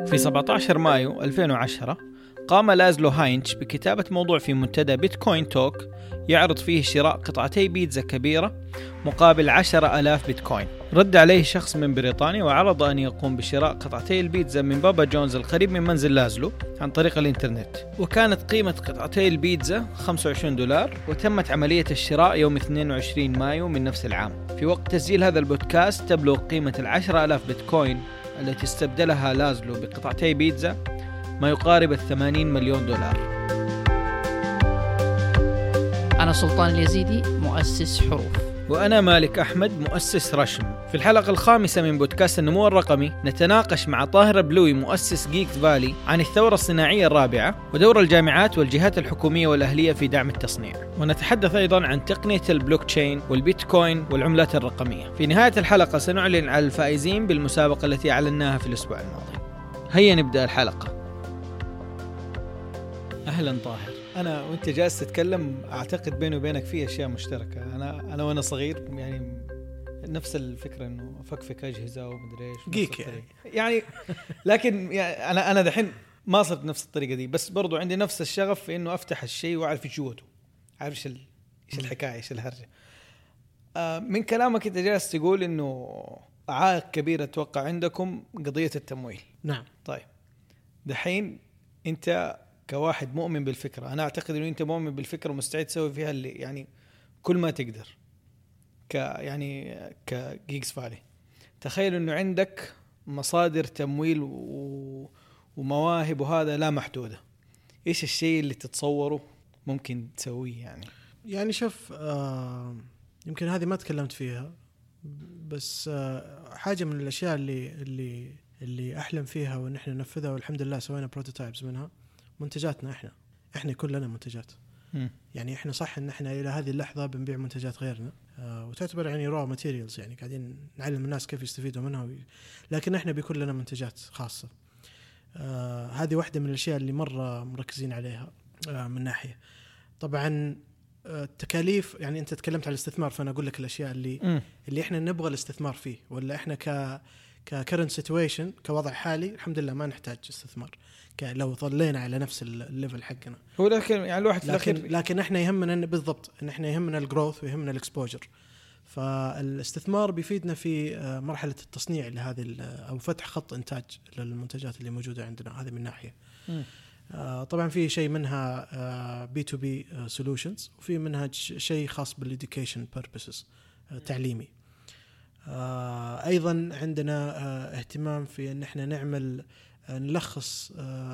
في 17 مايو 2010 قام لازلو هاينش بكتابة موضوع في منتدى بيتكوين توك يعرض فيه شراء قطعتي بيتزا كبيرة مقابل 10,000 بيتكوين. رد عليه شخص من بريطانيا وعرض أن يقوم بشراء قطعتي البيتزا من بابا جونز القريب من منزل لازلو عن طريق الإنترنت، وكانت قيمة قطعتي البيتزا $25، وتمت عملية الشراء يوم 22 مايو من نفس العام. في وقت تسجيل هذا البودكاست تبلغ قيمة 10,000 بيتكوين التي استبدلها لازلو بقطعتي بيتزا ما يقارب $80 مليون. أنا سلطان اليزيدي مؤسس حروف، وأنا مالك أحمد مؤسس رشم. في الحلقة الخامسة من بودكاست النمو الرقمي نتناقش مع طاهر بلوي مؤسس جيكس فالي عن الثورة الصناعية الرابعة ودور الجامعات والجهات الحكومية والأهلية في دعم التصنيع، ونتحدث أيضا عن تقنية البلوكتشين والبيتكوين والعملات الرقمية. في نهاية الحلقة سنعلن عن الفائزين بالمسابقة التي أعلناها في الأسبوع الماضي. هيا نبدأ الحلقة. أهلا طاهر. أنا وأنت جالس تتكلم أعتقد بيني وبينك في أشياء مشتركة. أنا وأنا صغير يعني نفس الفكرة إنه أفكفك أجهزة ومدري إيش جيك يعني لكن يعني أنا دحين ما صرت نفس الطريقة دي، بس برضو عندي نفس الشغف في إنه أفتح الشيء وأعرف إيش جوته، عارف إيش الحكاية، إيش الهرجة. من كلامك أنت جالس تقول إنه عائق كبير أتوقع عندكم قضية التمويل. نعم. طيب دحين أنت كواحد مؤمن بالفكرة، أنا أعتقد إنه أنت مؤمن بالفكرة ومستعد تسوي فيها اللي يعني كل ما تقدر يعني كجيكس فالي. تخيل إنه عندك مصادر تمويل ومواهب وهذا لا محدودة، إيش الشيء اللي تتصوره ممكن تسويه؟ يعني شوف، يمكن هذه ما تكلمت فيها، بس حاجة من الأشياء اللي أحلم فيها وإن إحنا ننفذها، والحمد لله سوينا بروتوتايبز منها. منتجاتنا إحنا كلنا منتجات. يعني إحنا صح إن إحنا إلى هذه اللحظة بنبيع منتجات غيرنا، وتعتبر يعني raw materials، يعني قاعدين نعلم الناس كيف يستفيدوا منها، لكن إحنا بيكون لنا منتجات خاصة. هذه واحدة من الأشياء اللي مرة مركزين عليها. من ناحية طبعا التكاليف، يعني أنت تكلمت على الاستثمار، فأنا أقول لك الأشياء اللي إحنا نبغى الاستثمار فيه، ولا إحنا كcurrent situation كوضع حالي الحمد لله ما نحتاج استثمار لو ظلينا على نفس الليفل حقنا. هو لكن يعني الواحد في الأخير لكن إحنا يهمنا بالضبط إن إحنا يهمنا الجروث ويهمنا الإكسبوجر. فالاستثمار بيفيدنا في مرحلة التصنيع لهذه أو فتح خط إنتاج للمنتجات اللي موجودة عندنا. هذه من ناحية. طبعا في شيء منها B2B solutions، وفي منها شيء خاص بالeducation purposes، تعليمي. أيضا عندنا اهتمام في أن احنا نعمل نلخص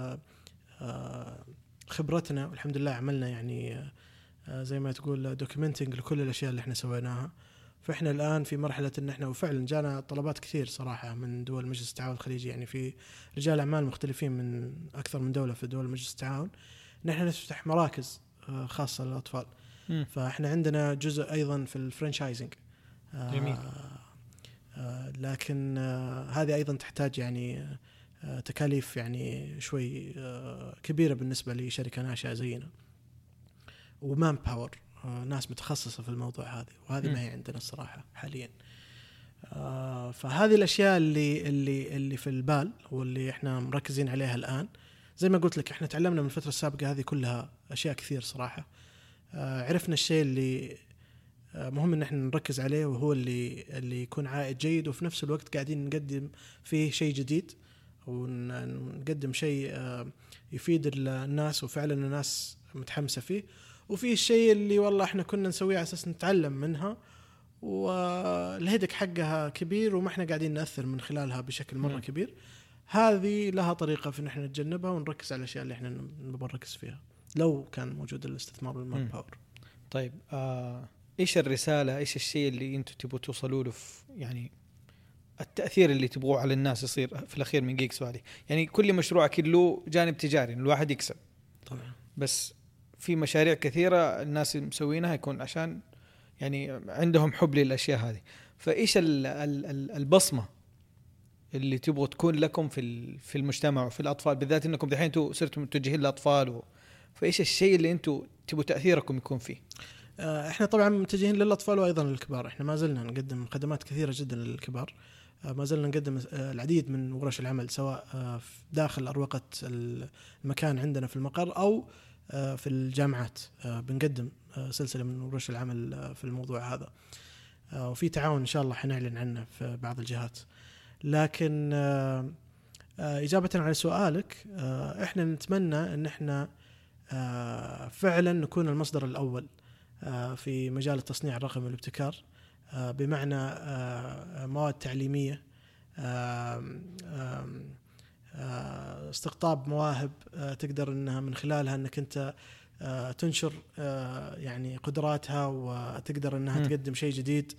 خبرتنا، والحمد لله عملنا يعني زي ما تقول دوكيومنتينج لكل الأشياء اللي احنا سويناها. فإحنا الآن في مرحلة أن احنا، وفعلا جانا طلبات كثير صراحة من دول مجلس التعاون الخليجي، يعني في رجال أعمال مختلفين من أكثر من دولة في دول مجلس التعاون، أن احنا نفتح مراكز خاصة للأطفال. فإحنا عندنا جزء أيضا في الفرنشايزنج. جميل. لكن هذه أيضا تحتاج يعني تكاليف يعني شوي كبيرة بالنسبة لشركة ناشئة زينا، ومان باور، ناس متخصصة في الموضوع هذا، وهذه ما هي عندنا الصراحة حاليا. فهذه الأشياء اللي في البال واللي احنا مركزين عليها الآن. زي ما قلت لك احنا تعلمنا من الفترة السابقة هذه كلها أشياء كثير صراحة. عرفنا الشيء اللي مهم ان احنا نركز عليه، وهو اللي يكون عائد جيد، وفي نفس الوقت قاعدين نقدم فيه شيء جديد، ونقدم شيء يفيد الناس وفعلا الناس متحمسة فيه. وفي الشيء اللي والله احنا كنا نسويه على اساس نتعلم منها، والهدك حقها كبير وما احنا قاعدين نأثر من خلالها بشكل مرة كبير. هذه لها طريقة في ان احنا نتجنبها ونركز على الاشياء اللي احنا نبغى نركز فيها لو كان موجود الاستثمار والمان باور. طيب إيش الرسالة، إيش الشيء اللي أنتوا تبغوا توصلوا له، يعني التأثير اللي تبغوه على الناس يصير في الأخير من جيكس فالي؟ يعني كل مشروع أكيد له جانب تجاري، الواحد يكسب طبعا، بس في مشاريع كثيرة الناس مسوينها يكون عشان يعني عندهم حب للأشياء هذه. فإيش البصمة اللي تبغوا تكون لكم في المجتمع وفي الأطفال بالذات، إنكم دحين أنتوا صرتوا متوجهين للأطفال فإيش الشيء اللي أنتوا تبغوا تأثيركم يكون فيه؟ احنا طبعا متجهين للأطفال وأيضا للكبار. احنا ما زلنا نقدم خدمات كثيرة جدا للكبار. ما زلنا نقدم العديد من ورش العمل سواء داخل أروقة المكان عندنا في المقر أو في الجامعات. بنقدم سلسلة من ورش العمل في الموضوع هذا، وفي تعاون إن شاء الله حنعلن عنه في بعض الجهات. لكن إجابة على سؤالك، إحنا نتمنى أن إحنا فعلا نكون المصدر الأول في مجال التصنيع الرقمي والابتكار، بمعنى مواد تعليمية، استقطاب مواهب تقدر إنها من خلالها أنك أنت تنشر يعني قدراتها وتقدر إنها تقدم شيء جديد.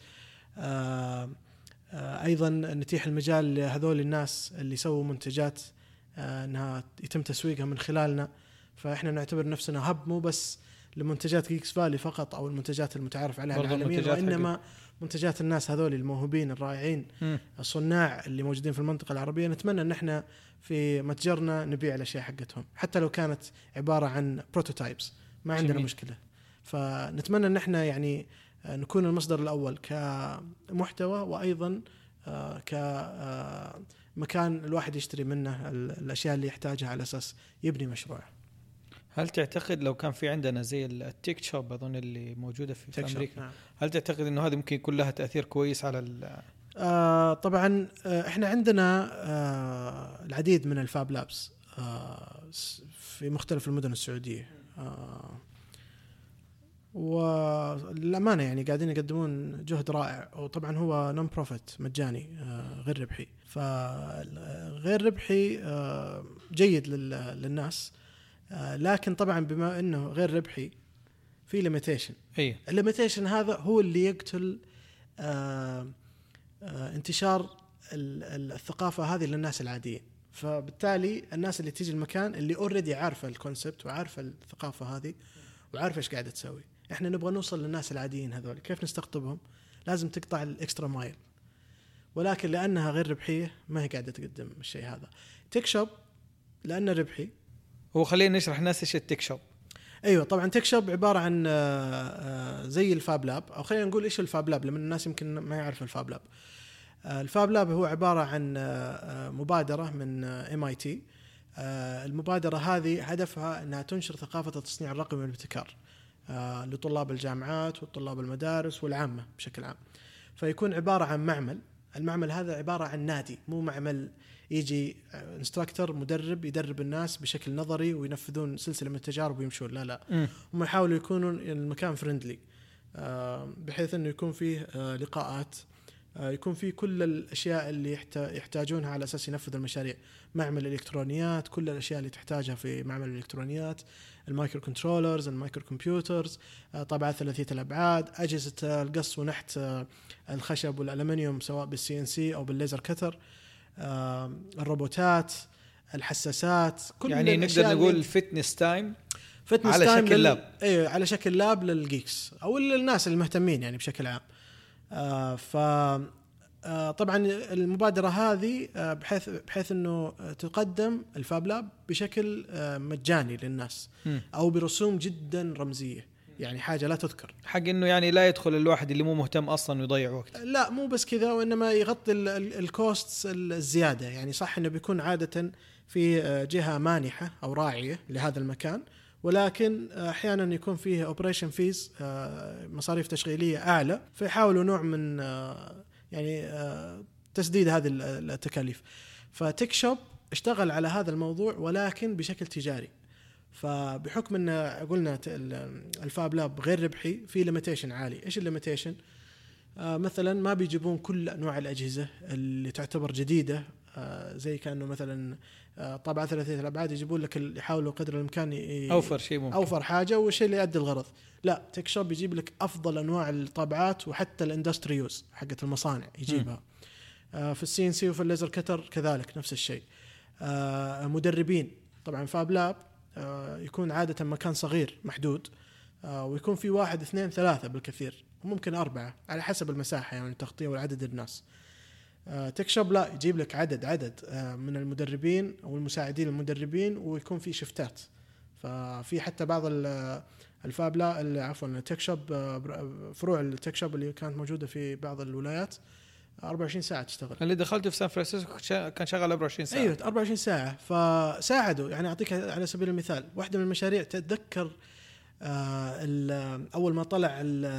أيضا نتيح المجال لهذول الناس اللي يسووا منتجات أنها يتم تسويقها من خلالنا. فإحنا نعتبر نفسنا هب مو بس لمنتجات جيكس فالي فقط أو المنتجات المتعارف عليها العالميا، وإنما منتجات الناس هذول الموهوبين الرائعين الصناع اللي موجودين في المنطقة العربية. نتمنى أن احنا في متجرنا نبيع الأشياء حقتهم حتى لو كانت عبارة عن بروتوتايبس، ما عندنا مشكلة. فنتمنى أن احنا يعني نكون المصدر الأول كمحتوى، وأيضا كمكان الواحد يشتري منه الأشياء اللي يحتاجها على أساس يبني مشروع. هل تعتقد لو كان في عندنا زي التيك شوب أظن اللي موجودة في أمريكا، نعم. هل تعتقد إنه هذه ممكن يكون لها تأثير كويس على طبعا إحنا عندنا العديد من الفاب لابس في مختلف المدن السعودية، والأمانة يعني قاعدين يقدمون جهد رائع. وطبعا هو نون بروفيت مجاني غير ربحي، فغير ربحي جيد للناس. لكن طبعا بما انه غير ربحي في ليميتيشن. الليميتيشن هذا هو اللي يقتل انتشار الثقافة هذه للناس العاديين. فبالتالي الناس اللي تيجي المكان اللي اوريدي عارفة الكونسبت وعارفة الثقافة هذه وعارفة ايش قاعدة تسوي، احنا نبغى نوصل للناس العاديين هذول. كيف نستقطبهم؟ لازم تقطع الاكسترا مايل، ولكن لأنها غير ربحية ما هي قاعدة تقدم الشيء هذا. تيك شوب لأنه ربحي. هو خلينا نشرح الناس ايش التيك شوب. ايوه طبعا تيك شوب عباره عن زي الفاب لاب، او خلينا نقول ايش الفاب لاب لما الناس يمكن ما يعرف الفاب لاب. الفاب لاب هو عباره عن مبادره من MIT. المبادره هذه هدفها انها تنشر ثقافه التصنيع الرقمي والابتكار لطلاب الجامعات وطلاب المدارس والعامه بشكل عام. فيكون عباره عن معمل. المعمل هذا عباره عن نادي، مو معمل يجي انستراكتور مدرب يدرب الناس بشكل نظري وينفذون سلسلة من التجارب ويمشون. لا هم يحاولوا يكونوا المكان فريندلي، بحيث أنه يكون فيه لقاءات، يكون فيه كل الأشياء اللي يحتاجونها على أساس ينفذ المشاريع. معمل الإلكترونيات، كل الأشياء اللي تحتاجها في معمل الإلكترونيات، المايكرو كنترولرز، المايكرو كمبيوترز، طابعات ثلاثية الأبعاد، أجهزة القص ونحت الخشب والألمنيوم سواء بالCNC أو بالليزر كتر، الروبوتات، الحساسات، كل يعني نقدر نقول فتنس تايم على شكل لاب. ايوه على شكل لاب للجيكس او للناس المهتمين يعني بشكل عام. طبعا المبادرة هذه بحيث انه تقدم الفاب لاب بشكل مجاني للناس او برسوم جدا رمزية، يعني حاجة لا تذكر، حق انه يعني لا يدخل الواحد اللي مو مهتم اصلا ويضيع وقت. لا مو بس كذا، وانما يغطي الكوستس الزيادة. يعني صح انه بيكون عادة في جهة مانحة او راعية لهذا المكان، ولكن احيانا يكون فيه اوبريشن فيز، مصاريف تشغيلية اعلى، فيحاولوا نوع من يعني تسديد هذه التكاليف. فتيك شوب اشتغل على هذا الموضوع ولكن بشكل تجاري. فبحكم ان قلنا الفاب لاب غير ربحي، في ليميتيشن عالي. ايش الليميتيشن؟ مثلا ما بيجيبون كل انواع الاجهزه اللي تعتبر جديده، زي كانه مثلا طابعه ثلاثيه الابعاد يجيبون لك، يحاولوا قدر الامكان اوفر شيء ممكن، اوفر حاجه والشيء اللي يؤدي الغرض. لا، تيك شوب يجيب لك افضل انواع الطابعات وحتى الاندستري يوز حقت المصانع يجيبها. في الCNC وفي الليزر كتر كذلك نفس الشيء. مدربين، طبعا فاب لاب يكون عادة مكان صغير محدود، ويكون في 1 2 3 بالكثير، وممكن 4 على حسب المساحة يعني التغطية والعدد الناس. تيك شوب لا، يجيب لك عدد من المدربين أو المساعدين المدربين، ويكون في شفتات. ففي حتى بعض الفاب لا عفوا التيك شوب، فروع التيك شوب اللي كانت موجودة في بعض الولايات 24 ساعه تشتغل. اللي دخلته في سان فرانسيسكو كان شغال 24 ساعه. ايوه 24 ساعه. فساعدوا يعني. اعطيك على سبيل المثال واحده من المشاريع تتذكر اول ما طلع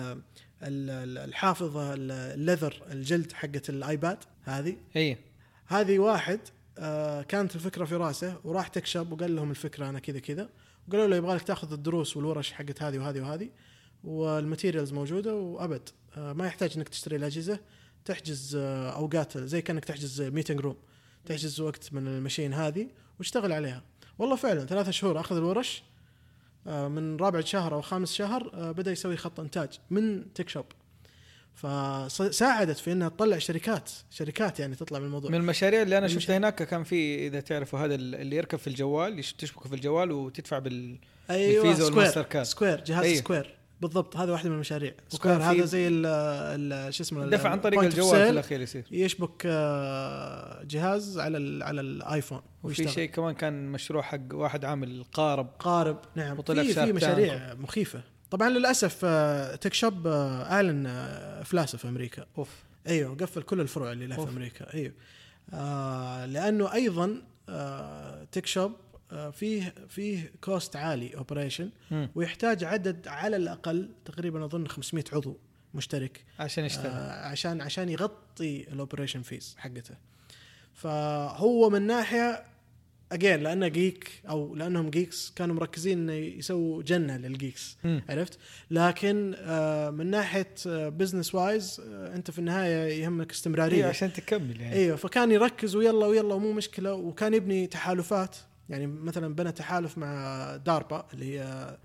الحافظه الليذر الجلد حقه الايباد هذه واحد كانت الفكره في راسه وراح تكشب وقال لهم الفكره انا كذا كذا، وقالوا له يبغالك تاخذ الدروس والورش حقت هذه وهذه وهذه والماتيريالز موجوده وابد ما يحتاج انك تشتري الاجهزه، تحجز اوقات زي كانك تحجز ميتنج روم، تحجز وقت من المشين هذه واشتغل عليها. والله فعلا 3 شهور اخذ الورش، من رابع شهر او 5 شهر بدا يسوي خط انتاج من تك شوب. فساعدت في انها تطلع شركات يعني تطلع من الموضوع. من المشاريع اللي انا شفتها هناك كان في، اذا تعرفوا هذا اللي يركب في الجوال، تشبكه في الجوال وتدفع بالفيزا والماستر كارد. سكوير، جهاز سكوير بالضبط، هذا واحدة من المشاريع. سكوير هذا زي شو اسمه، دفع عن طريق الجوال في الاخير يصير يشبك جهاز على الايفون. وفي شيء كمان كان مشروع حق واحد عامل قارب. نعم، في مشاريع مخيفة. طبعا للاسف تك شوب اعلن افلاسه في امريكا. ايوه قفل كل الفروع اللي له في امريكا. ايوه لانه ايضا تك شوب فيه كوست عالي اوبريشن، ويحتاج عدد على الاقل تقريبا اظن 500 عضو مشترك عشان يشتغل، عشان يغطي الاوبريشن فيز حقته. فهو من ناحيه اجين لانه جيك او لانهم جيكس كانوا مركزين انه يسووا جنه للجيكس، عرفت. لكن من ناحيه بزنس وايز انت في النهايه يهمك استمراريه عشان تكمل يعني. ايوه فكان يركز ويلا ومو مشكله، وكان يبني تحالفات. يعني مثلا بنى تحالف مع داربا اللي هي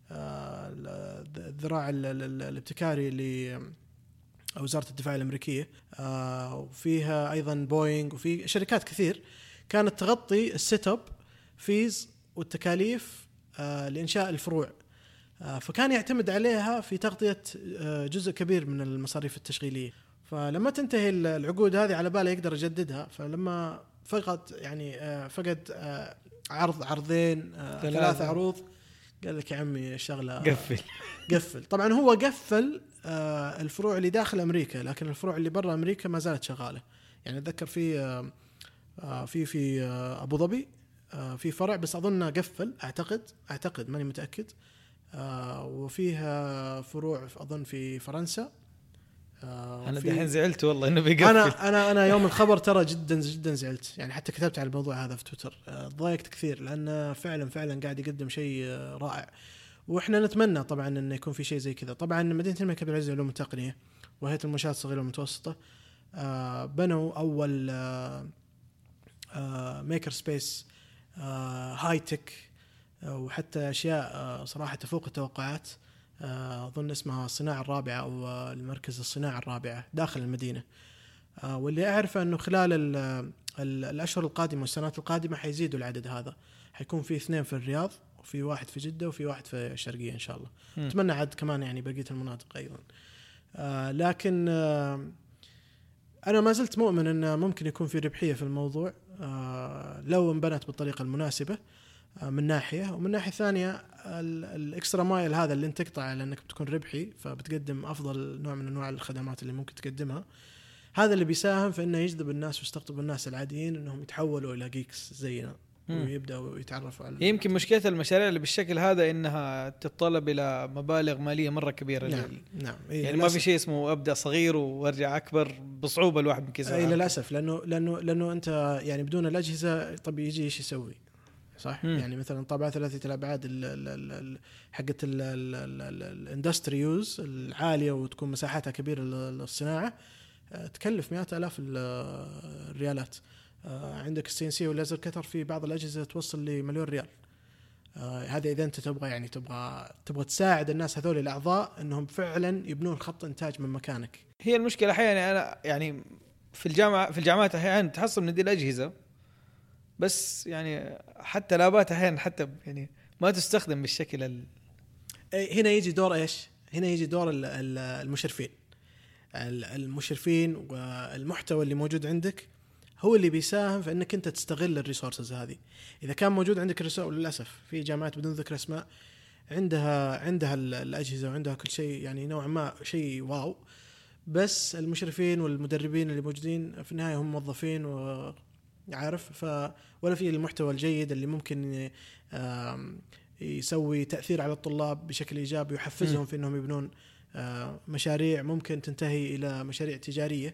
الذراع الابتكاري لوزارة الدفاع الأمريكية، وفيها أيضا بوينغ وفي شركات كثير كانت تغطي السيت اب فيز والتكاليف لإنشاء الفروع. فكان يعتمد عليها في تغطية جزء كبير من المصاريف التشغيلية. فلما تنتهي العقود هذه على باله يقدر يجددها. فلما فقد عرضين 3 عروض قال لك يا عمي الشغله قفل. طبعا هو قفل الفروع اللي داخل امريكا، لكن الفروع اللي برا امريكا ما زالت شغاله. يعني اتذكر في ابو ظبي في فرع بس اظنه قفل، اعتقد ماني متاكد. وفيها فروع اظن في فرنسا. انا دحين زعلت والله انه بيقفل. انا يوم الخبر ترى جدا زعلت، يعني حتى كتبت على الموضوع هذا في تويتر. ضايقت كثير لانه فعلا قاعد يقدم شيء رائع، واحنا نتمنى طبعا انه يكون في شيء زي كذا. طبعا مدينه الملك عبد العزيز للعلوم والتقنيه وهيئه المنشآت الصغيره والمتوسطه بنوا اول ميكر سبيس هاي تك، وحتى اشياء صراحه تفوق التوقعات. أظن اسمها الصناعة الرابعة أو المركز الصناعة الرابعة داخل المدينة. واللي أعرفه أنه خلال الأشهر القادمة والسنوات القادمة حيزيدوا العدد هذا. حيكون في 2 في الرياض وفي 1 في جدة وفي 1 في الشرقية إن شاء الله. أتمنى عد كمان يعني بقية المناطق أيضا. لكن أنا ما زلت مؤمن أنه ممكن يكون في ربحية في الموضوع لو انبنت بالطريقة المناسبة من ناحية. ومن ناحية ثانية الإكسترا مايل هذا اللي انت تقطع لأنك بتكون ربحي فبتقدم أفضل نوع من أنواع الخدمات اللي ممكن تقدمها، هذا اللي بيساهم في أنه يجذب الناس ويستقطب الناس العاديين أنهم يتحولوا إلى جيكس زينا ويبدأوا يتعرفوا على. يمكن مشكلة المشاريع اللي بالشكل هذا إنها تتطلب إلى مبالغ مالية مرة كبيرة. نعم. يعني ما في شيء اسمه أبدأ صغير وأرجع أكبر بصعوبة الواحد مكيسها. للأسف لأنه أنت يعني بدون الأجهزة طب يجي إيش يسوي؟ صح. يعني مثلا طابعة 3 الأبعاد حقت الاندستري يوز العالية وتكون مساحتها كبيرة للصناعة تكلف 100,000 الريالات. عندك الCNC والليزر كتر في بعض الأجهزة توصل ل1,000,000 ريال. هذا إذا أنت تبغى تساعد الناس هذول الأعضاء أنهم فعلا يبنون خط إنتاج من مكانك. هي المشكلة أحيانا أنا يعني في الجامعات أحيانا تحصل من دي الأجهزة بس يعني حتى لابات أحيانا حتى يعني ما تستخدم بالشكل هنا يجي دور إيش؟ هنا يجي دور المشرفين والمحتوى اللي موجود عندك هو اللي بيساهم في أنك أنت تستغل الريسورسز هذه. إذا كان موجود عندك الريسورس، للأسف في جامعات بدون ذكر اسماء عندها الأجهزة وعندها كل شيء يعني نوعا ما شيء واو، بس المشرفين والمدربين اللي موجودين في النهاية هم موظفين وعارف ولا في المحتوى الجيد اللي ممكن يسوي تأثير على الطلاب بشكل إيجابي ويحفزهم في أنهم يبنون مشاريع ممكن تنتهي إلى مشاريع تجارية.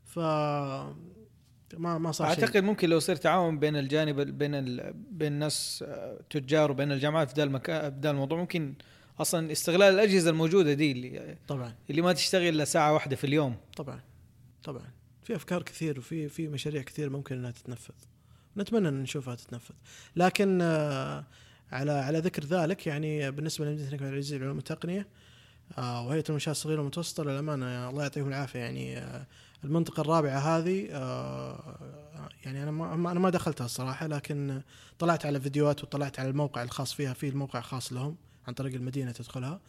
ما صار شيء. أعتقد ممكن لو صير تعاون بين الجانب بين الناس تجار وبين الجامعات في ذا الموضوع، ممكن أصلا استغلال الأجهزة الموجودة دي اللي ما تشتغل إلا ساعة واحدة في اليوم. طبعا في أفكار كثير وفي مشاريع كثير ممكن أنها تتنفذ، نتمنى أن نشوفها تتنفذ. لكن على ذكر ذلك يعني بالنسبة لمدينة الملك عبد العزيز للعلوم والتقنية وهيئة المنشآت الصغيرة والمتوسطة، للأمانة الله يعطيهم العافية. يعني المنطقة الرابعة هذه يعني أنا ما دخلتها الصراحة، لكن طلعت على فيديوهات وطلعت على الموقع الخاص فيها، في الموقع خاص لهم عن طريق المدينة تدخلها.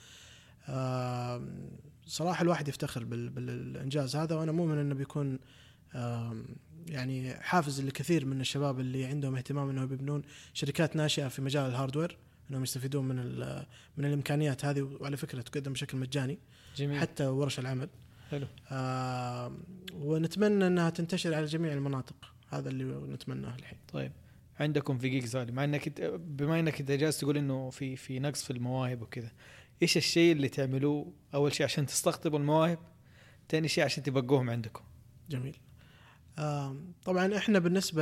صراحة الواحد يفتخر بالإنجاز هذا، وأنا مؤمن أنه بيكون يعني حافز لكثير من الشباب اللي عندهم اهتمام أنه بيبنون شركات ناشئة في مجال الهاردوير، أنهم يستفيدون من الإمكانيات هذه. وعلى فكرة تقدم بشكل مجاني. جميل. حتى ورش العمل. حلو. ونتمنى أنها تنتشر على جميع المناطق، هذا اللي نتمناه الحين. طيب عندكم في جيكس فالي، بما انك انت جالس تقول انه في نقص في المواهب وكذا، ايش الشيء اللي تعملوه اول شيء عشان تستقطبوا المواهب، ثاني شيء عشان تبقوهم عندكم؟ جميل. طبعا احنا بالنسبه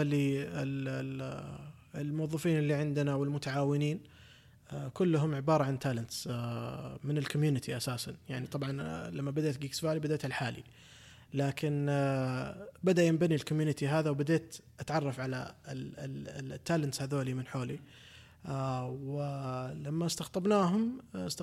للموظفين اللي عندنا والمتعاونين كلهم عباره عن تالنتس من الكوميونتي اساسا. يعني طبعا لما بدأت جيكس فالي بدأت الحالي، لكن بدأ ينبني الكوميونتي هذا، وبدأت أتعرف على التالنتس هذولي من حولي. ولما استقطبناهم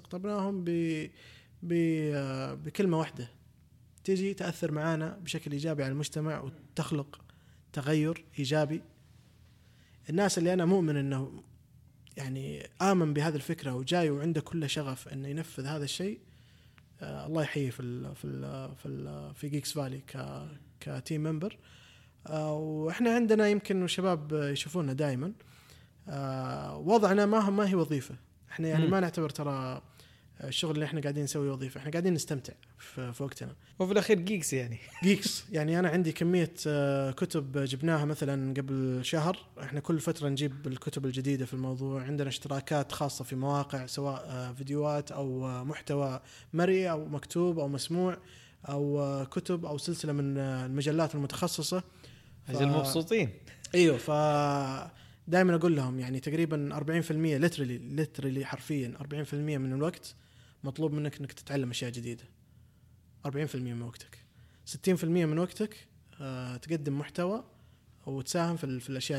بكلمة واحدة تيجي تأثر معانا بشكل إيجابي على المجتمع وتخلق تغير إيجابي. الناس اللي أنا مؤمن أنه يعني آمن بهذه الفكرة وجاي وعنده كل شغف أنه ينفذ هذا الشيء، الله يحييه في جيكس فالي كتيم ممبر. واحنا عندنا يمكن الشباب يشوفونا دائما وضعنا ما هي وظيفة. احنا يعني ما نعتبر ترى الشغل اللي احنا قاعدين نسوي وظيفة، احنا قاعدين نستمتع في وقتنا. وفي الاخير جيكس جيكس يعني انا عندي كمية كتب جبناها مثلا قبل شهر. احنا كل فترة نجيب الكتب الجديدة في الموضوع. عندنا اشتراكات خاصة في مواقع، سواء فيديوهات او محتوى مرئي او مكتوب او مسموع او كتب او سلسلة من المجلات المتخصصة. أجل مبسوطين. ايوه. دائما اقول لهم يعني تقريبا 40% ليترلي حرفيا 40% من الوقت مطلوب منك انك تتعلم اشياء جديده. 40% من وقتك، 60% من وقتك تقدم محتوى وتساهم في الاشياء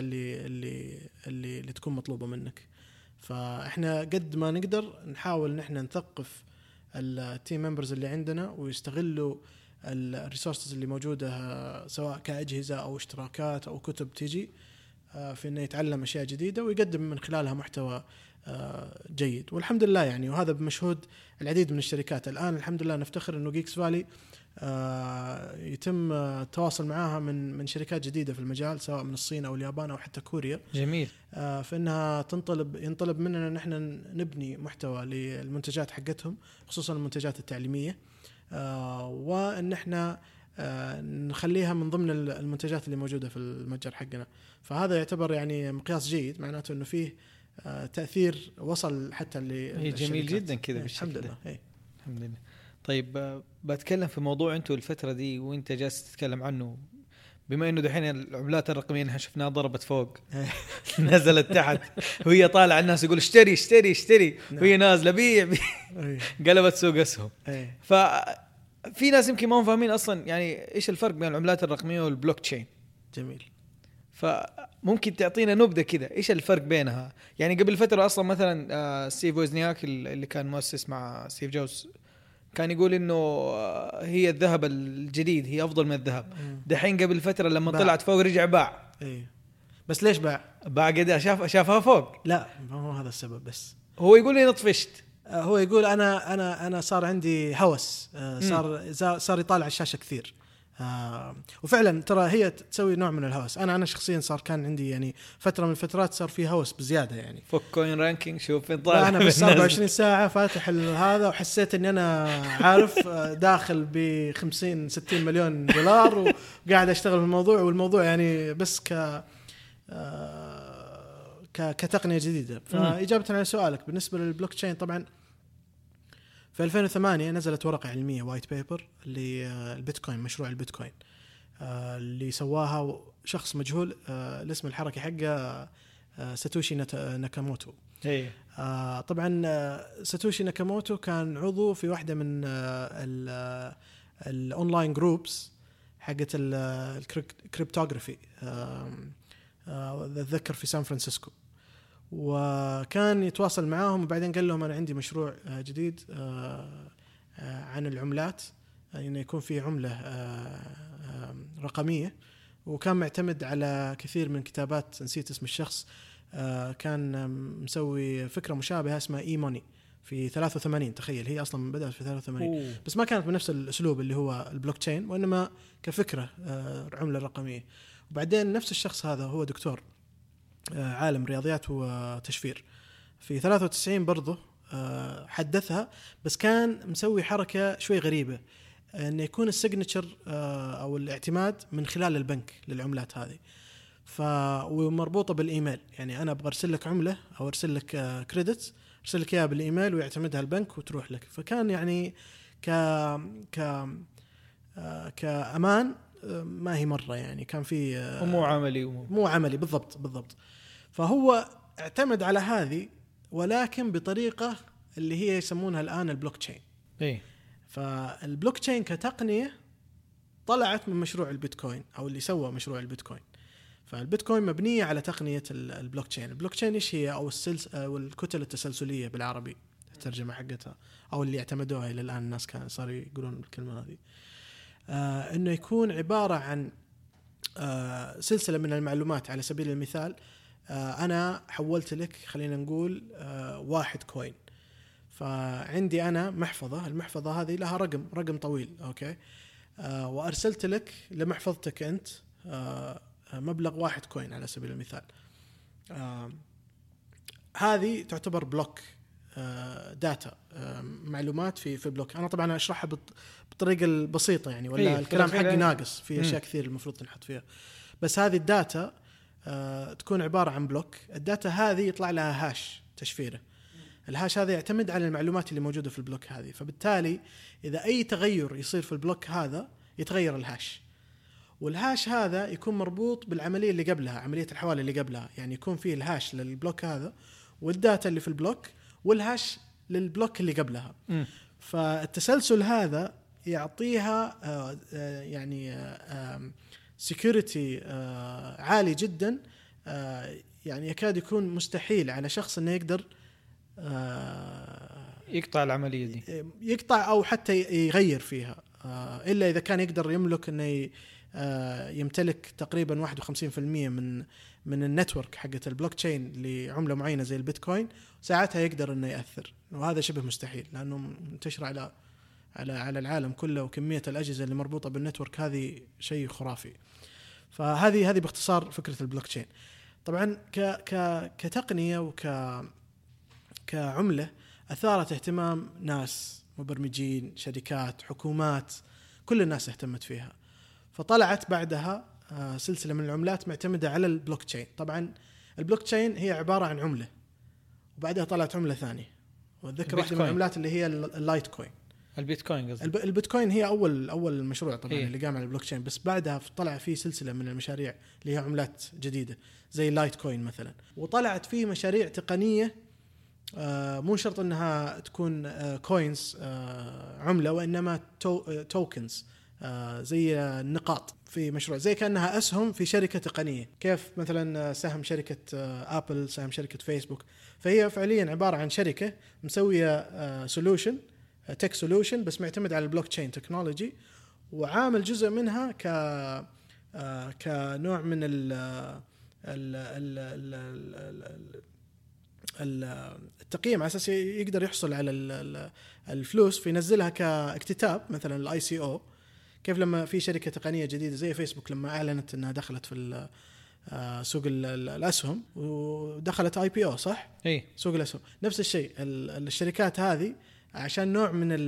اللي تكون مطلوبه منك. فاحنا قد ما نقدر نحاول ان احنا نثقف التيم ممبرز اللي عندنا ويستغلوا الريسورسز اللي موجوده، سواء كاجهزه او اشتراكات او كتب تيجي في انه يتعلم اشياء جديده ويقدم من خلالها محتوى جيد. والحمد لله يعني، وهذا بمشهود العديد من الشركات. الان الحمد لله نفتخر انه جيكس فالي يتم التواصل معاها من شركات جديده في المجال، سواء من الصين او اليابان او حتى كوريا. جميل. فانها ينطلب مننا ان احنا نبني محتوى للمنتجات حقتهم، خصوصا المنتجات التعليميه، وان احنا نخليها من ضمن المنتجات اللي موجودة في المتجر حقنا. فهذا يعتبر يعني مقياس جيد، معناته انه فيه تأثير وصل حتى جميل جدا كذا بالشكل ده. الحمد لله. طيب بتكلم في موضوع انتوا الفترة دي وانت جالس تتكلم عنه، بما انه دحين العملات الرقمية اللي شفناها ضربت فوق نزلت تحت، وهي طالعة الناس يقول اشتري اشتري اشتري، وهي نازلة بيع قلبت سوق اسهم. في ناس يمكن ما هم فاهمين أصلاً يعني إيش الفرق بين العملات الرقمية والبلوك تشين. جميل. فممكن تعطينا نبذة كده إيش الفرق بينها؟ يعني قبل فترة أصلاً مثلاً ستيف وزنياك اللي كان مؤسس مع ستيف جوبز كان يقول إنه هي الذهب الجديد، هي أفضل من الذهب. دحين قبل فترة لما طلعت فوق رجع باع. بس ليش باع قد شافها فوق؟ لا ما هو هذا السبب، بس هو يقول لي نطفشت. هو يقول انا صار عندي هوس، صار يطالع الشاشه كثير، وفعلا ترى هي تسوي نوع من الهوس. انا شخصيا صار كان عندي يعني فتره من الفترات صار في هوس بزياده يعني. فك كوين رانكينج شوف فين طالع. انا بس 24 ساعه فاتح هذا وحسيت اني انا عارف داخل ب 50 60 مليون دولار وقاعد اشتغل في الموضوع. والموضوع يعني بس كتقنيه جديده. فاجابه على سؤالك بالنسبه للبلوك تشين، طبعا في 2008 نزلت ورقة علمية وايت بيبر للبيتكوين، مشروع البيتكوين اللي سواها شخص مجهول، الاسم الحركي حقه ساتوشي ناكاموتو. طبعا ساتوشي ناكاموتو كان عضو في واحدة من الأونلاين جروبس حقت الكريبتوغرافي أتذكر في سان فرانسيسكو، وكان يتواصل معاهم وبعدين قال لهم أنا عندي مشروع جديد عن العملات، يعني يكون في عملة رقمية. وكان معتمد على كثير من كتابات، نسيت اسم الشخص، كان مسوي فكرة مشابهة اسمها اي موني في 83. تخيل هي أصلا بدأت في 83 بس ما كانت بنفس الأسلوب اللي هو البلوك تشين، وإنما كفكرة عملة رقمية. وبعدين نفس الشخص هذا هو دكتور عالم رياضيات وتشفير في 93 برضه حدثها، بس كان مسوي حركة شوي غريبة، أن يكون السيجنتشر أو الاعتماد من خلال البنك للعملات هذه، ومربوطة بالإيميل. يعني أنا أبغى أرسل لك عملة أو أرسل لك كريدت، أرسل لك إياها بالإيميل ويعتمدها البنك وتروح لك. فكان يعني كأمان ما هي مرة، يعني كان في مو عملي بالضبط. فهو اعتمد على هذه، ولكن بطريقة اللي هي يسمونها الآن البلوك تشين. فالبلوك تشين كتقنية طلعت من مشروع البيتكوين أو اللي سوى مشروع البيتكوين. فالبيتكوين مبنية على تقنية البلوك تشين. البلوك تشين إيش هي؟ أو الكتل التسلسلية بالعربي الترجمة حقتها، أو اللي اعتمدوها إلى الآن الناس كانوا صاروا يقولون الكلمة هذه. إنه يكون عبارة عن سلسلة من المعلومات. على سبيل المثال أنا حولت لك خلينا نقول 1 كوين، فعندي أنا محفظة، المحفظة هذه لها رقم طويل، أوكي، وأرسلت لك لمحفظتك أنت مبلغ 1 كوين على سبيل المثال. هذه تعتبر بلوك داتا، معلومات في بلوك. أنا طبعا أشرحها بالطريقة البسيطة يعني، ولا الكلام حقي ناقص في أشياء كثير المفروض نحط فيها. بس هذه الداتا تكون عبارة عن بلوك. الداتا هذه يطلع لها هاش تشفيره. الهاش هذا يعتمد على المعلومات اللي موجودة في البلوك هذه. فبالتالي إذا أي تغير يصير في البلوك هذا يتغير الهاش، والهاش هذا يكون مربوط بالعملية اللي قبلها، عملية الحوالي اللي قبلها. يعني يكون فيه الهاش للبلوك هذا والداتا اللي في البلوك والهاش للبلوك اللي قبلها. فالتسلسل هذا يعطيها يعني security عالي جدا، يعني يكاد يكون مستحيل على شخص انه يقدر يقطع العملية دي، يقطع او حتى يغير فيها، الا اذا كان يقدر يملك انه يمتلك تقريبا 51% من النتورك حقت البلوك تشين لعملة معينة زي البيتكوين. ساعتها يقدر انه يأثر، وهذا شبه مستحيل لانه منتشر على العالم كله، وكمية الأجهزة اللي مربوطة بالنتورك هذه شيء خرافي. فهذه باختصار فكرة البلوك تشين. طبعا كتقنية كعملة أثارت اهتمام ناس، مبرمجين، شركات، حكومات، كل الناس اهتمت فيها. فطلعت بعدها سلسلة من العملات معتمدة على البلوك تشين. طبعا البلوك تشين هي عبارة عن عملة، وبعدها طلعت عملة ثانية، وأتذكر واحدة من العملات اللي هي اللايت كوين. البيتكوين هي أول مشروع طبعا اللي قام على البلوك تشين، بس بعدها طلع فيه سلسلة من المشاريع اللي هي عملات جديدة زي اللايت كوين مثلا. وطلعت فيه مشاريع تقنية مو شرط أنها تكون كوينز عملة، وإنما توكنز زي النقاط في مشروع، زي كأنها أسهم في شركة تقنية. كيف مثلا سهم شركة أبل، سهم شركة فيسبوك. فهي فعليا عبارة عن شركة مسوية سولوشن، تك سولوشن، بس معتمد على البلوك تشين تكنولوجي، وعامل جزء منها كنوع من التقييم، على أساس يقدر يحصل على الفلوس فينزلها كاكتتاب مثلا الICO كيف لما في شركه تقنيه جديده زي فيسبوك لما اعلنت انها دخلت في سوق الاسهم ودخلت IPO صح؟ اي سوق الاسهم نفس الشيء. الشركات هذه عشان نوع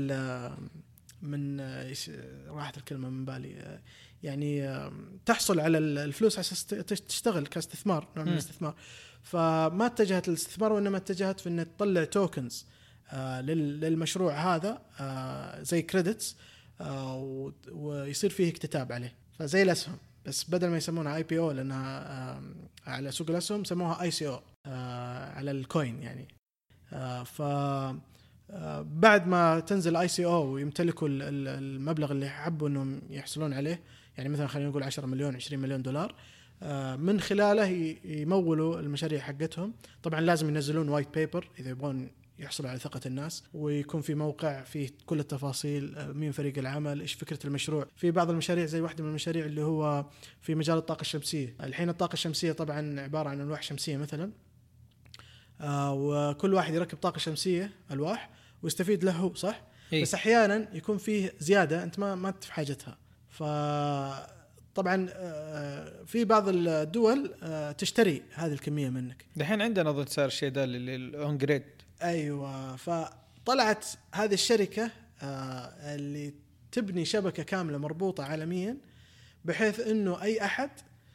من راحت الكلمه من بالي، يعني تحصل على الفلوس عشان تشتغل كاستثمار، نوع من الاستثمار. فما اتجهت للاستثمار وانما اتجهت في ان تطلع توكنز للمشروع هذا زي كريدتس ويصير فيه اكتتاب عليه، فزي الاسهم بس بدل ما يسمونها IPO لانها على سوق الاسهم سموها ICO على الكوين يعني. ف بعد ما تنزل ICO ويمتلكوا المبلغ اللي حبوا انهم يحصلون عليه، يعني مثلا خلينا نقول 10 مليون 20 مليون دولار، من خلاله يمولوا المشاريع حقتهم. طبعا لازم ينزلون وايت بيبر اذا يبغون يحصلوا على ثقة الناس، ويكون في موقع فيه كل التفاصيل، مين فريق العمل، ايش فكرة المشروع. في بعض المشاريع زي واحدة من المشاريع اللي هو في مجال الطاقة الشمسية. الحين الطاقة الشمسية طبعا عبارة عن ألواح شمسية مثلا، وكل واحد يركب طاقة شمسية ألواح ويستفيد له صح؟ إيه؟ بس أحيانا يكون فيه زيادة أنت ما في حاجتها. طبعا في بعض الدول تشتري هذه الكمية منك. دحين عندنا أظن صار الشيء ده للأون جريد. أيوة، فطلعت هذه الشركة اللي تبني شبكة كاملة مربوطة عالميا، بحيث أنه أي أحد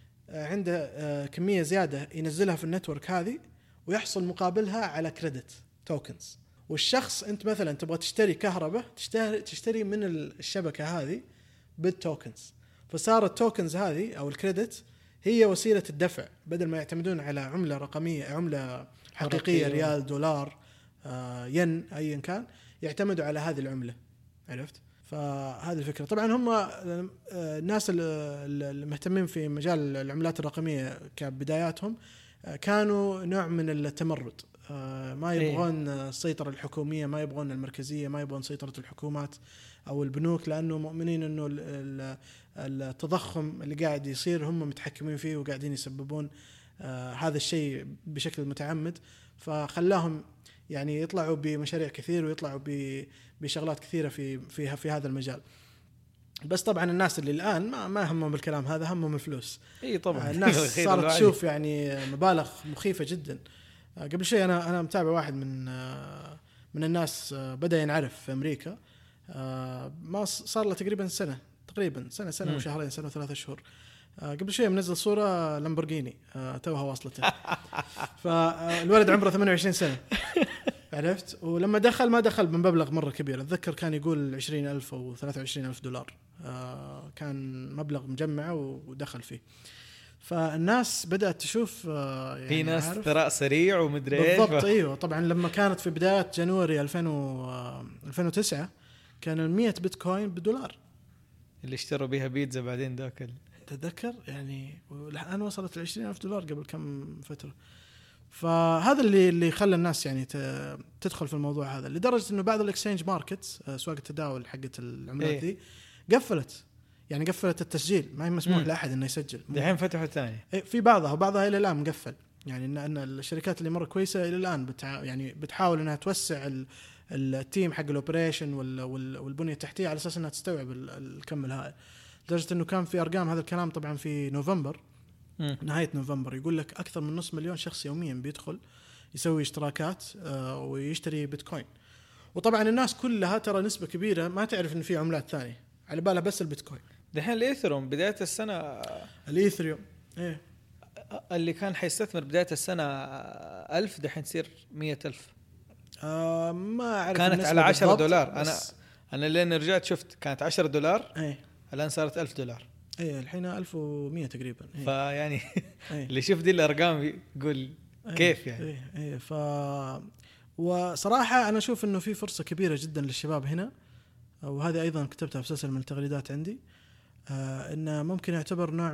عنده كمية زيادة ينزلها في النتورك هذه ويحصل مقابلها على كريدت توكنز. والشخص أنت مثلا تبغى تشتري كهرباء، تشتري من الشبكة هذه بالتوكنز. فصار التوكنز هذه أو الكريدت هي وسيلة الدفع، بدل ما يعتمدون على عملة رقمية، عملة حقيقية، ريال، دولار، ين، أيا كان، يعتمدوا على هذه العملة. عرفت؟ فهذه الفكرة. طبعا هم الناس المهتمين في مجال العملات الرقمية كبداياتهم كانوا نوع من التمرد، ما يبغون السيطرة الحكومية، ما يبغون المركزية، ما يبغون سيطرة الحكومات أو البنوك، لأنه مؤمنين أنه التضخم اللي قاعد يصير هم متحكمين فيه وقاعدين يسببون هذا الشيء بشكل متعمد. فخلاهم يعني يطلعوا بمشاريع كثير ويطلعوا بشغلات كثيرة في هذا المجال. بس طبعا الناس اللي الآن ما همهم بالكلام هذا، همهم الفلوس. اي طبعا الناس صارت تشوف يعني مبالغ مخيفة جدا. قبل شيء أنا متابع واحد من الناس بدأ ينعرف في أمريكا، ما صار له تقريبا سنة وشهرين، سنة وثلاثة شهور. قبل شيء منزل صورة لامبورغيني توها واصلته. فالولد عمره 28 سنة. عرفت؟ ولما دخل ما دخل بمبلغ مرة كبير، أتذكر كان يقول 20,000 أو 23,000 دولار، كان مبلغ مجمعه ودخل فيه. فالناس بدأت تشوف يعني في ناس ثراء سريع ومدري ايش بالضبط. ايوه طبعا لما كانت في بداية جانوري 2009 كان 100 بيتكوين $1 اللي اشتروا بيها بيتزا بعدين ذاك تذكر يعني، والآن وصلت $20,000 قبل كم فترة. فهذا اللي خلى الناس يعني تدخل في الموضوع هذا، لدرجة انه بعض الاكسشينج ماركتس، سواق التداول حقت العملات دي قفلت التسجيل، ما هي مسموح لأحد انه يسجل. الحين فتحوا ثاني في بعضها الى الان مقفل. يعني ان الشركات اللي مره كويسه الى الان يعني بتحاول انها توسع التيم حق الاوبريشن والبنيه التحتيه على اساس انها تستوعب الكم الهائل. لدرجه انه كان في ارقام، هذا الكلام طبعا في نوفمبر، نهايه نوفمبر، يقول لك اكثر من 500,000 شخص يوميا بيدخل يسوي اشتراكات ويشتري بيتكوين. وطبعا الناس كلها ترى نسبه كبيره ما تعرف ان في عملات ثانيه، على بالها بس البيتكوين. دحين الإيثريوم بداية السنة، الإيثريوم إيه اللي كان حيستثمر بداية السنة 1000 دحين تصير 100,000. ما أعرف. كانت على $10. أنا لين رجعت شفت كانت $10. إيه الآن صارت $1,000. إيه الحين 1100 تقريبا. إيه. فيعني إيه. اللي يشوف دي الأرقام يقول كيف يعني. إيه. إيه. وصراحة أنا أشوف إنه في فرصة كبيرة جدا للشباب هنا، وهذه أيضا كتبتها في سلسلة من التغريدات عندي، إنه ممكن يعتبر نوع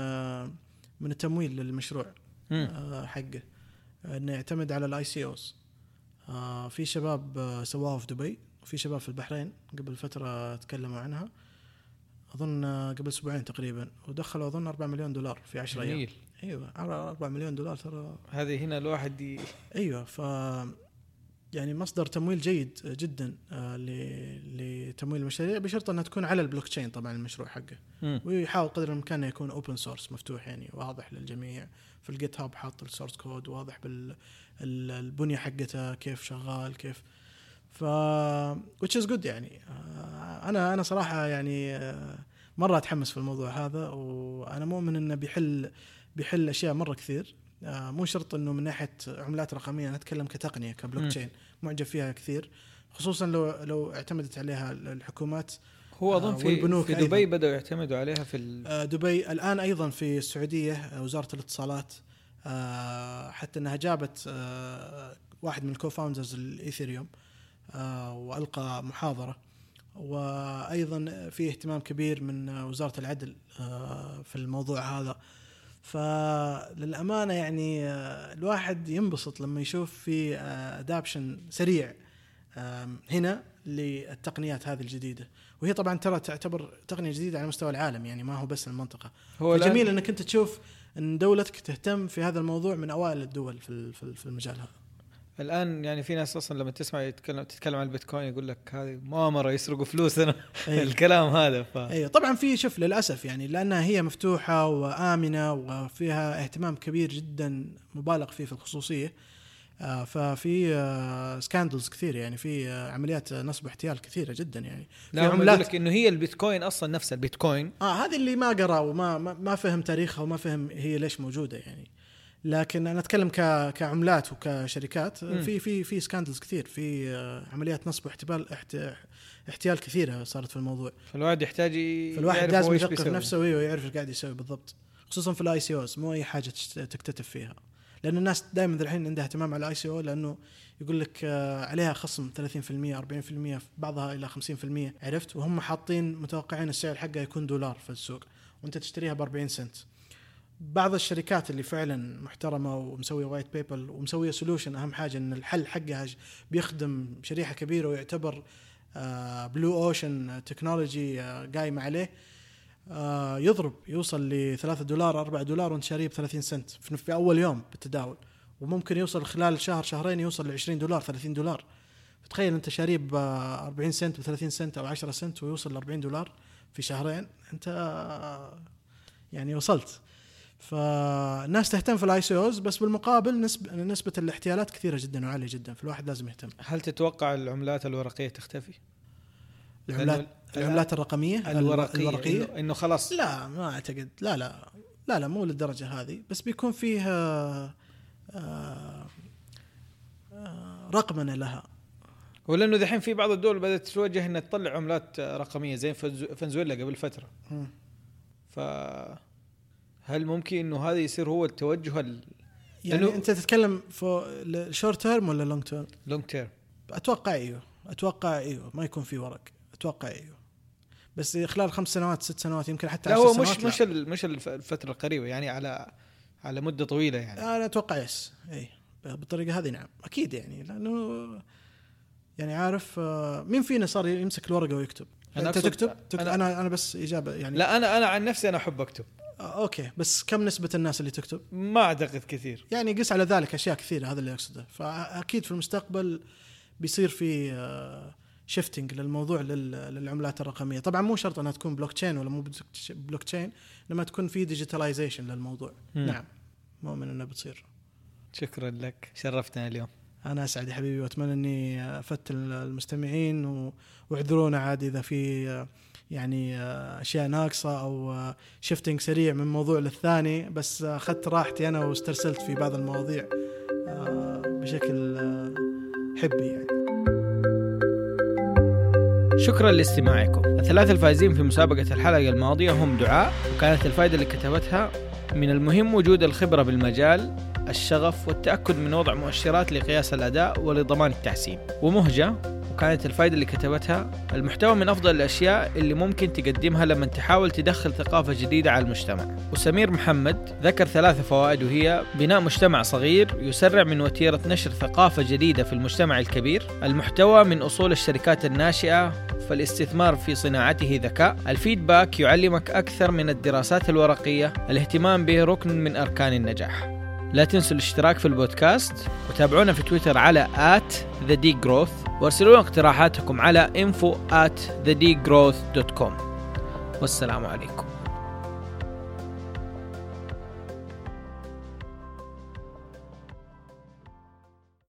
من التمويل للمشروع حقه، إنه يعتمد على الICOs. في شباب سواه في دبي، وفي شباب في البحرين قبل فترة تكلموا عنها، أظن قبل أسبوعين تقريبا، ودخلوا أظن $4 مليون في 10 أيام. أيوة $4 مليون ترى. هذه هنا الواحد أيوة. يعني مصدر تمويل جيد جدا لتمويل المشاريع، بشرط انها تكون على البلوك تشين طبعا المشروع حقه. ويحاول قدر الامكان يكون اوبن سورس مفتوح، يعني واضح للجميع. في الجيت هاب حاط السورس كود واضح بالبنيه حقته كيف شغال كيف. which is good يعني. انا صراحه يعني مره اتحمس في الموضوع هذا، وانا مؤمن انه بيحل اشياء مره كثير. مو شرط انه من ناحيه عملات رقميه، انا اتكلم كتقنيه كبلوك تشين معجب فيها كثير، خصوصا لو اعتمدت عليها الحكومات. هو اظن في دبي بدأوا يعتمدوا عليها في دبي الان، ايضا في السعوديه وزاره الاتصالات حتى انها جابت واحد من الكوفاوندرز الايثيريوم والقى محاضره. وايضا في اهتمام كبير من وزاره العدل في الموضوع هذا. فللأمانة يعني الواحد ينبسط لما يشوف في أدابشن سريع هنا للتقنيات هذه الجديدة، وهي طبعا ترى تعتبر تقنية جديدة على مستوى العالم، يعني ما هو بس المنطقة. هو جميل أنك أنت تشوف أن دولتك تهتم في هذا الموضوع من أوائل الدول في المجال هذا. الآن يعني في ناس أصلا لما تسمع تتكلم عن البيتكوين يقول لك هذه مؤامرة يسرقوا فلوسنا. الكلام هذا أيوة طبعا في شوف للأسف يعني، لأنها هي مفتوحة وآمنة وفيها اهتمام كبير جدا مبالغ فيه في الخصوصية. ففي سكاندلز كثير، يعني في عمليات نصب واحتيال كثيرة جدا يعني. لا عملات لك إنه هي البيتكوين أصلا نفسها البيتكوين هذه اللي ما قرأ وما فهم تاريخها وما فهم هي ليش موجودة يعني. لكن أنا أتكلم كعملات وكشركات، في سكاندلز كثير، في عمليات نصب واحتيال كثيرة صارت في الموضوع. فالواحد فالواحد لازم يثقف نفسه ويعرف ايش قاعد يسوي بالضبط، خصوصا في الاي سي اوز. مو اي حاجة تكتتب فيها، لأن الناس دائما الحين عندها اهتمام على الاي سي او، لأنه يقول لك عليها خصم 30% 40%، بعضها إلى 50%، عرفت؟ وهم حاطين متوقعين السعر حقه يكون $1 في السوق، وانت تشتريها ب40 سنت. بعض الشركات اللي فعلا محترمة ومسوية وايت بيبل ومسوية سولوشن، أهم حاجة أن الحل حقها بيخدم شريحة كبيرة ويعتبر بلو أوشن تكنولوجي قايمة عليه، يضرب يوصل ل$3 $4 وانت شاريه ب30 سنت في أول يوم بالتداول، وممكن يوصل خلال شهر شهرين يوصل ل$20 $30. فتخيل أنت شاريه ب40 سنت ب30 سنت أو 10 سنت ويوصل ل$40 في شهرين، أنت يعني وصلت. فالناس تهتم في الاي سي اوز، بس بالمقابل نسبة الاحتيالات كثيرة جدا وعالية جدا، فالواحد لازم يهتم. هل تتوقع العملات الورقية تختفي؟ العملات الرقمية الورقية إنه خلاص؟ لا ما أعتقد، لا مو للدرجة هذه، بس بيكون فيها رقمنة لها. ولأنه ذحين في بعض الدول بدأت تتوجه إنها تطلع عملات رقمية زي فنزويلا قبل فترة. هل ممكن إنه هذا يصير هو التوجه يعني أنت تتكلم في شورت تيرم ولا لونج تيرم؟ لونج تيرم. أتوقع أيوه ما يكون في ورق، أتوقع أيوه، بس خلال 5 سنوات 6 سنوات يمكن حتى 10 سنوات. مش الفترة القريبة يعني، على مدة طويلة يعني. أنا أتوقع أي بالطريقة هذه نعم أكيد يعني، لأنه يعني عارف مين فينا صار يمسك الورقة ويكتب؟ أنت تكتب؟ أنا بس إجابة يعني. لا أنا عن نفسي أنا أحب أكتب. أوكي، بس كم نسبة الناس اللي تكتب؟ ما أعتقد كثير يعني. قس على ذلك أشياء كثيرة، هذا اللي أقصده. فأكيد في المستقبل بيصير في شيفتنج للموضوع للعملات الرقمية. طبعا مو شرط أنها تكون بلوك تشين ولا مو بلوك تشين، لما تكون في ديجيتاليزيشن للموضوع. نعم مؤمن أنه بتصير. شكرا لك، شرفتنا اليوم. أنا أسعد يا حبيبي، وأتمنى أني أفدت المستمعين، واعذرونا عادي إذا في يعني أشياء ناقصة أو شيفتنج سريع من موضوع للثاني، بس أخذت راحتي أنا واسترسلت في بعض المواضيع بشكل حبي يعني. شكرا لاستماعكم. الثلاثة الفائزين في مسابقة الحلقة الماضية هم دعاء، وكانت الفائدة اللي كتبتها: من المهم وجود الخبرة بالمجال، الشغف والتأكد من وضع مؤشرات لقياس الأداء ولضمان التحسين. ومهجة، وكانت الفائدة اللي كتبتها: المحتوى من أفضل الأشياء اللي ممكن تقدمها لما تحاول تدخل ثقافة جديدة على المجتمع. وسمير محمد ذكر 3 فوائد، وهي: بناء مجتمع صغير يسرع من وتيرة نشر ثقافة جديدة في المجتمع الكبير، المحتوى من أصول الشركات الناشئة فالاستثمار في صناعته ذكاء، الفيدباك يعلمك أكثر من الدراسات الورقية، الاهتمام به ركن من أركان النجاح. لا تنسوا الاشتراك في البودكاست، وتابعونا في تويتر على @thedegrowth، وارسلوا اقتراحاتكم على info@thedegrowth.com. والسلام عليكم.